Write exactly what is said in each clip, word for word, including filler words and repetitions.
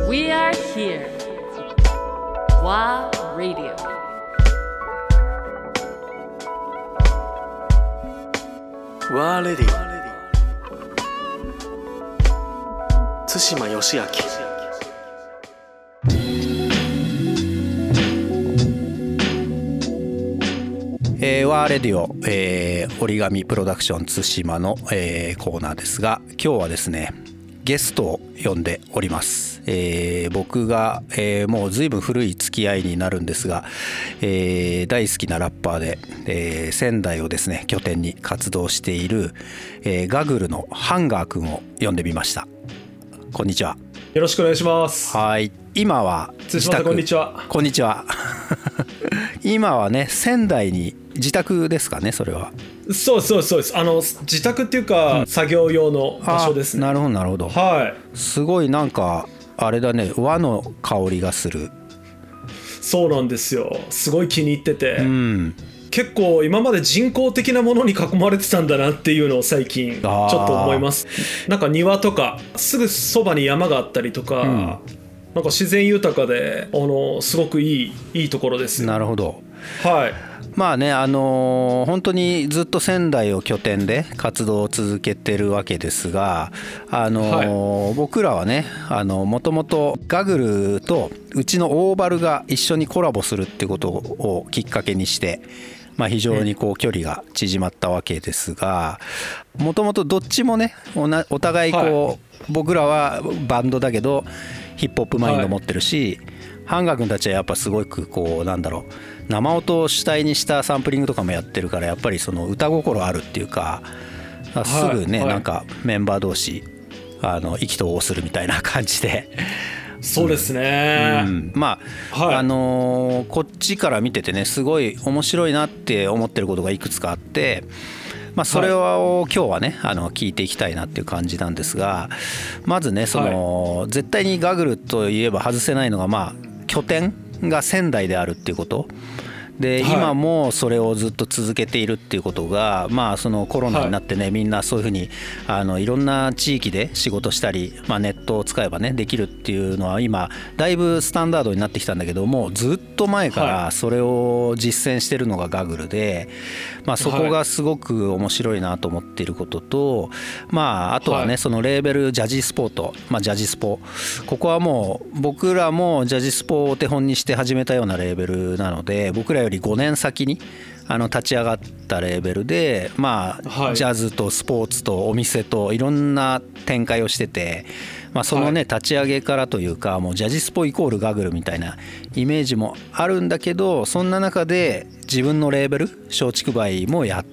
We are here. WA Radio. WA Radio。対馬義明。 えー、ワーレディオ、えー、折り紙プロダクション対馬の、えー、コーナーですが、今日はですねゲストを呼んでおります。えー、僕が、えー、もう随分古い付き合いになるんですが、えー、大好きなラッパーで、えー、仙台をですね拠点に活動している、えー、ガグルのハンガーくんを呼んでみました。こんにちは。 よろしくお願いします。 はい。今は自宅。 こんにちは。 こんにちは。今はね仙台に自宅ですかね。それはそうそうそうです。あの自宅っていうか、うん、作業用の場所ですね。 なるほどなるほど。 はい。 すごいなんかあれだね、和の香りがする。 そうなんですよ。すごい気に入ってて、うん、結構今まで人工的なものに囲まれてたんだなっていうのを最近ちょっと思います。なんか庭とかすぐそばに山があったりとか、うん、なんか自然豊かであのすごくいいいいところですよ。 なるほど。 はい。 まあね、あのー、本当にずっと仙台を拠点で活動を続けてるわけですが、あのーはい、僕らはねもともとガグルとうちのオーバルが一緒にコラボするってことをきっかけにして、まあ、非常にこう距離が縮まったわけですが、もともとどっちもね お, なお互いこう、はい、僕らはバンドだけどヒップホップマインド持ってるし、はい、ハンガー君たちはやっぱすごくこうなんだろう生音を主体にしたサンプリングとかもやってるから、やっぱりその歌心あるっていうか、すぐね、はいはい、なんかメンバー同士あの意気投合するみたいな感じで。 そうですね、 うん、まあ、はい、あのー、こっちから見ててねすごい面白いなって思ってることがいくつかあって、まあ、それを今日はねあの聞いていきたいなっていう感じなんですが、まずねその、はい、絶対にガグルといえば外せないのが、まあ拠点が仙台であるっていうことで、はい、今もそれをずっと続けているっていうことが、まあそのコロナになってね、はい、みんなそういうふうにあのいろんな地域で仕事したり、まあ、ネットを使えばねできるっていうのは今だいぶスタンダードになってきたんだけども、ずっと前からそれを実践してるのがガグルで、まあ、そこがすごく面白いなと思っていることと、まああとはねそのレーベルジャジスポート、まあジャジスポ、ここはもう僕らもジャジスポをお手本にして始めたようなレーベルなので、僕らよりごねん先にあの立ち上がったレーベルで、まあジャズとスポーツとお店といろんな展開をしてて、まあそのね立ち上げからというか、もうジャジスポイコールガグルみたいなイメージもあるんだけど、そんな中で自分のレーベル松竹梅もやって、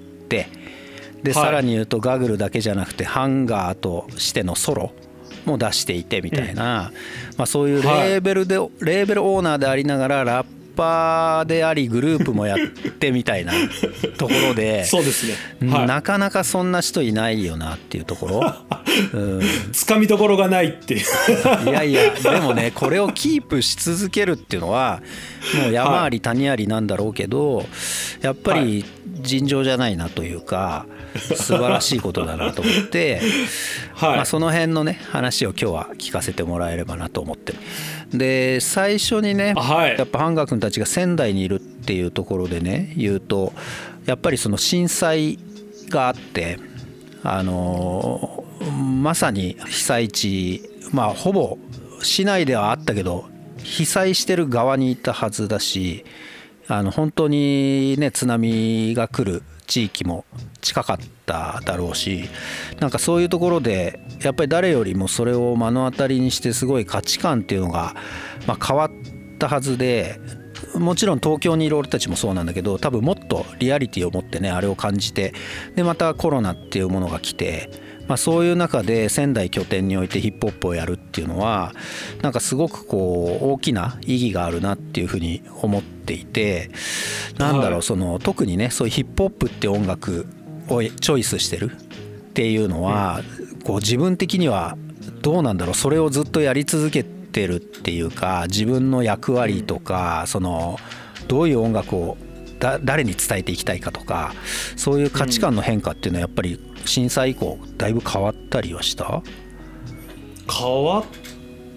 でさらに言うとガグルだけじゃなくてハンガーとしてのソロも出していてみたいな、まあそういうレーベルでレーベルオーナーでありながらラッパーでありグループもやってみたいなところでそうですね、はい、 なかなかそんな人いないよなっていうところ、 うん、つかみどころがないっていういやいやでもねこれをキープし続けるっていうのはもう山あり谷ありなんだろうけど、やっぱり尋常じゃないなというか素晴らしいことだなと思って、はい、まあ、その辺のね話を今日は聞かせてもらえればなと思ってる。で最初にね、はい、やっぱハンガー君たちが仙台にいるっていうところでね言うと、やっぱりその震災があって、あのー、まさに被災地、まあほぼ市内ではあったけど被災してる側にいたはずだし、あの本当にね津波が来る地域も近かっただろうし、なんかそういうところでやっぱり誰よりもそれを目の当たりにしてすごい価値観っていうのがまあ変わったはずで、もちろん東京にいる俺たちもそうなんだけど、多分もっとリアリティを持ってねあれを感じて、でまたコロナっていうものが来て、まあ、そういう中で仙台拠点においてヒップホップをやるっていうのはなんかすごくこう大きな意義があるなっていうふうに思っていて、なんだろう、その特にねそういうヒップホップって音楽をチョイスしてるっていうのは、こう自分的にはどうなんだろう、それをずっとやり続けてるっていうか、自分の役割とかそのどういう音楽をだ誰に伝えていきたいかとか、そういう価値観の変化っていうのはやっぱり震災以降だいぶ変わったりはした？ 変わっ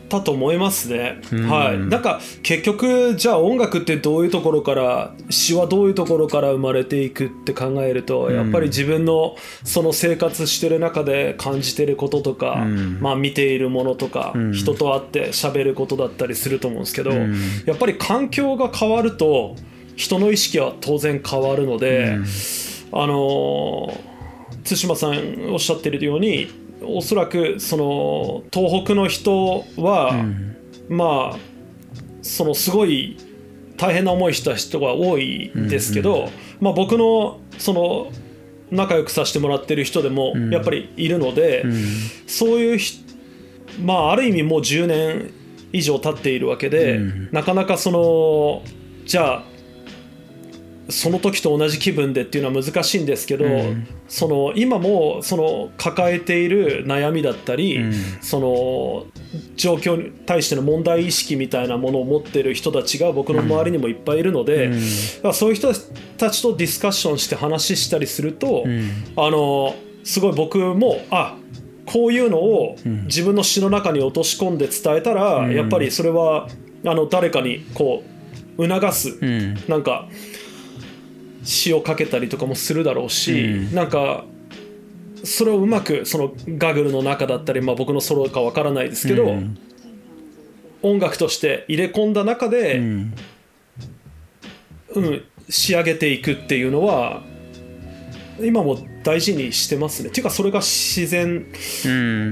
たと思いますね、 うん、 はい。なんか結局じゃあ音楽ってどういうところから詩はどういうところから生まれていくって考えると、やっぱり自分のその生活してる中で感じてることとか、うん、まあ見ているものとか、うん、人と会って喋ることだったりすると思うんですけど、うん、やっぱり環境が変わると人の意識は当然変わるので、うん、あの対馬さんおっしゃってるようにおそらくその東北の人は、うん、まあそのすごい大変な思いした人が多いんですけど、うんうん、まあ、僕のその仲良くさせてもらってる人でもやっぱりいるので、うんうん、そういうまあある意味もうじゅうねん以上経っているわけで、うん、なかなかそのじゃあその時と同じ気分でっていうのは難しいんですけど、うん、その今もその抱えている悩みだったり、うん、その状況に対しての問題意識みたいなものを持っている人たちが僕の周りにもいっぱいいるので、うん、だからそういう人たちとディスカッションして話したりすると、うん、あのすごい僕もあこういうのを自分の詩の中に落とし込んで伝えたら、うん、やっぱりそれはあの誰かにこう促す、うん、なんか詩をかけたりとかもするだろうし、うん、なんかそれをうまくそのガグルの中だったり、まあ、僕のソロかわからないですけど、うん、音楽として入れ込んだ中で、うんうん、仕上げていくっていうのは今も大事にしてますね。っていうかそれが自然、うん、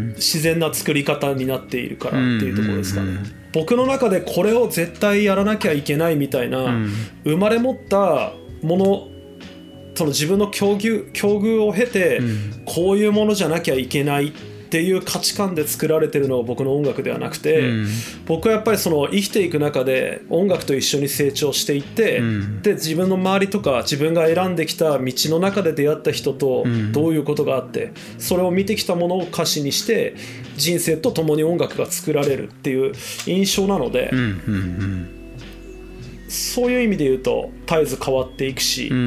自然な作り方になっているからっていうところですかね、うんうんうん、僕の中でこれを絶対やらなきゃいけないみたいな、うん、生まれ持ったもの、その自分の境遇、境遇を経て、うん、こういうものじゃなきゃいけないっていう価値観で作られてるのが僕の音楽ではなくて、うん、僕はやっぱりその生きていく中で音楽と一緒に成長していって、うん、で自分の周りとか自分が選んできた道の中で出会った人とどういうことがあって、うん、それを見てきたものを歌詞にして人生と共に音楽が作られるっていう印象なので、うんうんうん、そういう意味で言うと絶えず変わっていくし、うんうん、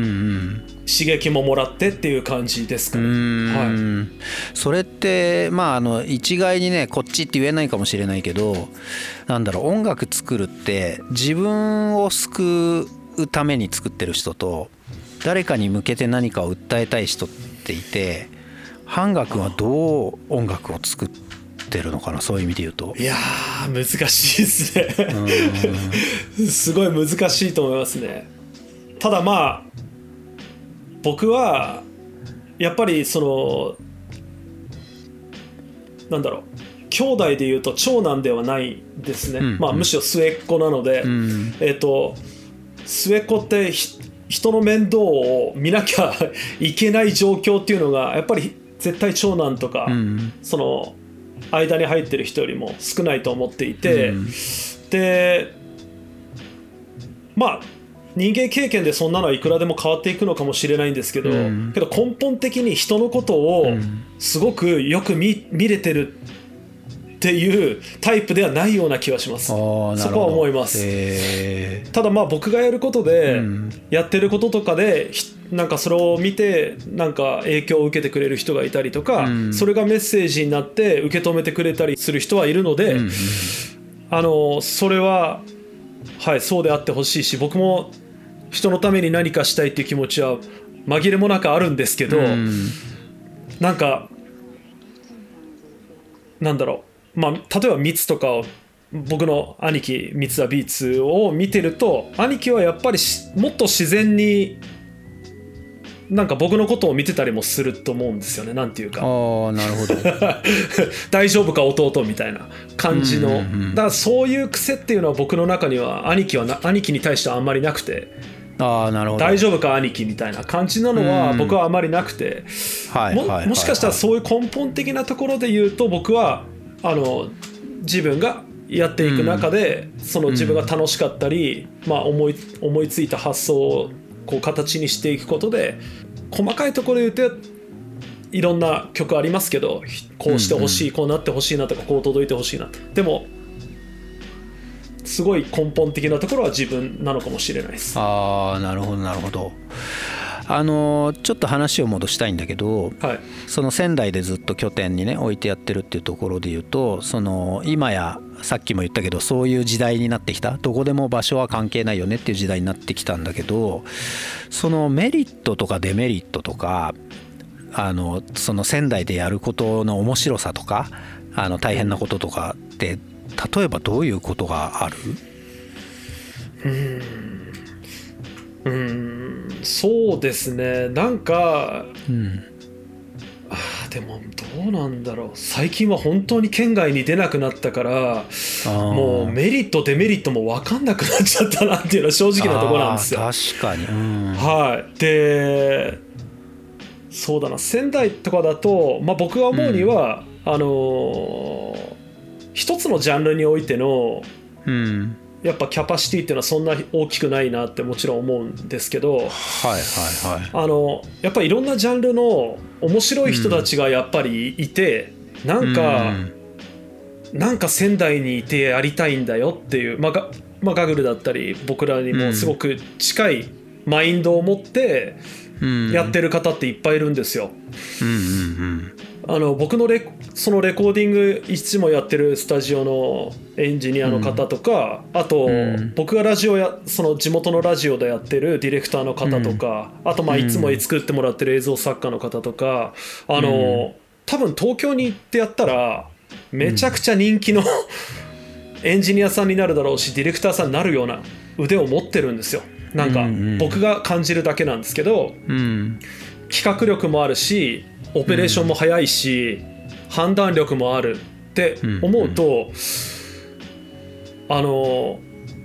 刺激ももらってっていう感じですかね。はい、 それってまああの一概にねこっちって言えないかもしれないけど、なんだろう、音楽作るって自分を救うために作ってる人と誰かに向けて何かを訴えたい人っていて、ハンガ君はどう音楽を作ってるのかな、そういう意味で言うと。 いやー難しいですねすごい難しいと思いますね。ただまあ僕はやっぱりそのなんだろう、兄弟でいうと長男ではないですね、うんうん、まあ、むしろ末っ子なので、うん、えーと、末っ子って人の面倒を見なきゃいけない状況っていうのがやっぱり絶対長男とか、うん、その間に入ってる人よりも少ないと思っていて、うん、でまあ人間経験でそんなのはいくらでも変わっていくのかもしれないんですけど、うん、けど根本的に人のことをすごくよく 見, 見れてるっていうタイプではないような気がします。そこは思います。ただまあ僕がやることで、うん、やってることとかでなんかそれを見てなんか影響を受けてくれる人がいたりとか、うん、それがメッセージになって受け止めてくれたりする人はいるので、うん、あのそれははいそうであってほしいし、僕も人のために何かしたいっていう気持ちは紛れもなくあるんですけど、うん、なんかなんだろう、まあ、例えばミツとかを僕の兄貴ミツ・ザ・ビーツを見てると、兄貴はやっぱりもっと自然になんか僕のことを見てたりもすると思うんですよね。なんていうか、 ああなるほど大丈夫か弟みたいな感じの、うんうんうん、だからそういう癖っていうのは僕の中には兄貴はな兄貴に対してはあんまりなくて、 あなるほど、 大丈夫か兄貴みたいな感じなのは僕はあまりなくて、 はい、 も, もしかしたらそういう根本的なところで言うと、僕はあの自分がやっていく中で、うん、その自分が楽しかったり、うん、まあ、思い思いついた発想をこう形にしていくことで、細かいところで言うといろんな曲ありますけど、こうしてほしい、うんうん、こうなってほしいなとか、こう届いてほしいな、でもすごい根本的なところは自分なのかもしれないです。 ああなるほどなるほど。 あのちょっと話を戻したいんだけど、はい、その仙台でずっと拠点にね置いてやってるっていうところで言うと、その今やさっきも言ったけどそういう時代になってきた、どこでも場所は関係ないよねっていう時代になってきたんだけど、そのメリットとかデメリットとか、あのその仙台でやることの面白さとか、あの大変なこととかって例えばどういうことがある？ うーんうーんそうですね、なんか、うん、あでもどうなんだろう、最近は本当に県外に出なくなったから、もうメリットデメリットも分かんなくなっちゃったなっていうのは正直なところなんですよ。 確かに、うん、 はいでそうだな、仙台とかだと、まあ、僕が思うには、うん、あのー、一つのジャンルにおいての、うん、やっぱキャパシティっていうのはそんな大きくないなってもちろん思うんですけど、はいはいはい、あのやっぱりいろんなジャンルの面白い人たちがやっぱりいて、うん、なんか、うん、なんか仙台にいてやりたいんだよっていう、まあガまあ、ガグルだったり僕らにもすごく近いマインドを持ってやってる方っていっぱいいるんですよ。うんうんうん、あの僕のレそのレコーディングいつもやってるスタジオのエンジニアの方とか、うん、あと、うん、僕がラジオやその地元のラジオでやってるディレクターの方とか、うん、あとまあいつも作ってもらってる映像作家の方とか、あの、うん、多分東京に行ってやったらめちゃくちゃ人気のエンジニアさんになるだろうし、ディレクターさんになるような腕を持ってるんですよ。なんか僕が感じるだけなんですけど、うん、企画力もあるしオペレーションも早いし、うん、判断力もあるって思うと、うんうん、あの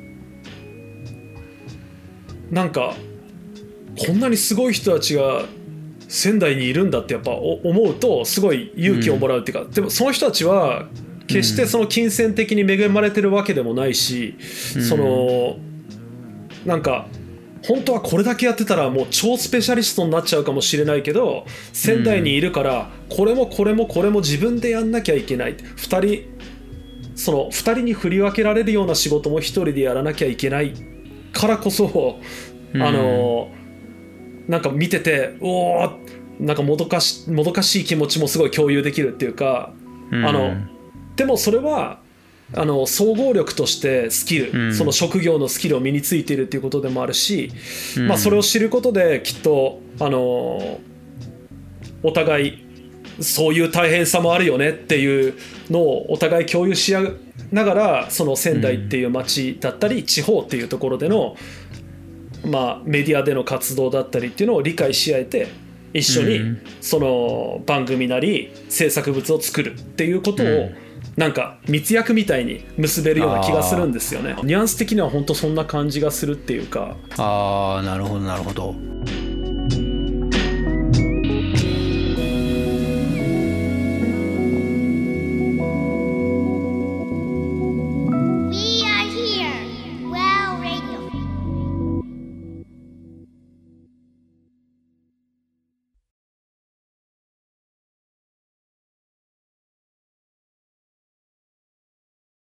なんかこんなにすごい人たちが仙台にいるんだってやっぱ思うとすごい勇気をもらうっていうか、うん、でもその人たちは決してその金銭的に恵まれてるわけでもないし、うん、そのなんか本当はこれだけやってたらもう超スペシャリストになっちゃうかもしれないけど、仙台にいるからこれもこれもこれも自分でやんなきゃいけない、ふたりそのふたりに振り分けられるような仕事もひとりでやらなきゃいけないからこそ、あのなんか見てておーなんかもどかし、もどかしい気持ちもすごい共有できるっていうか、あのでもそれはあの総合力としてスキル、うん、その職業のスキルを身についているっていうことでもあるし、うんまあ、それを知ることできっとあのお互いそういう大変さもあるよねっていうのをお互い共有し合ながら、その仙台っていう街だったり地方っていうところでの、まあ、メディアでの活動だったりっていうのを理解し合えて、一緒にその番組なり制作物を作るっていうことを、うんなんか密約みたいに結べるような気がするんですよね。ニュアンス的には本当そんな感じがするっていうか。 ああ、なるほどなるほど。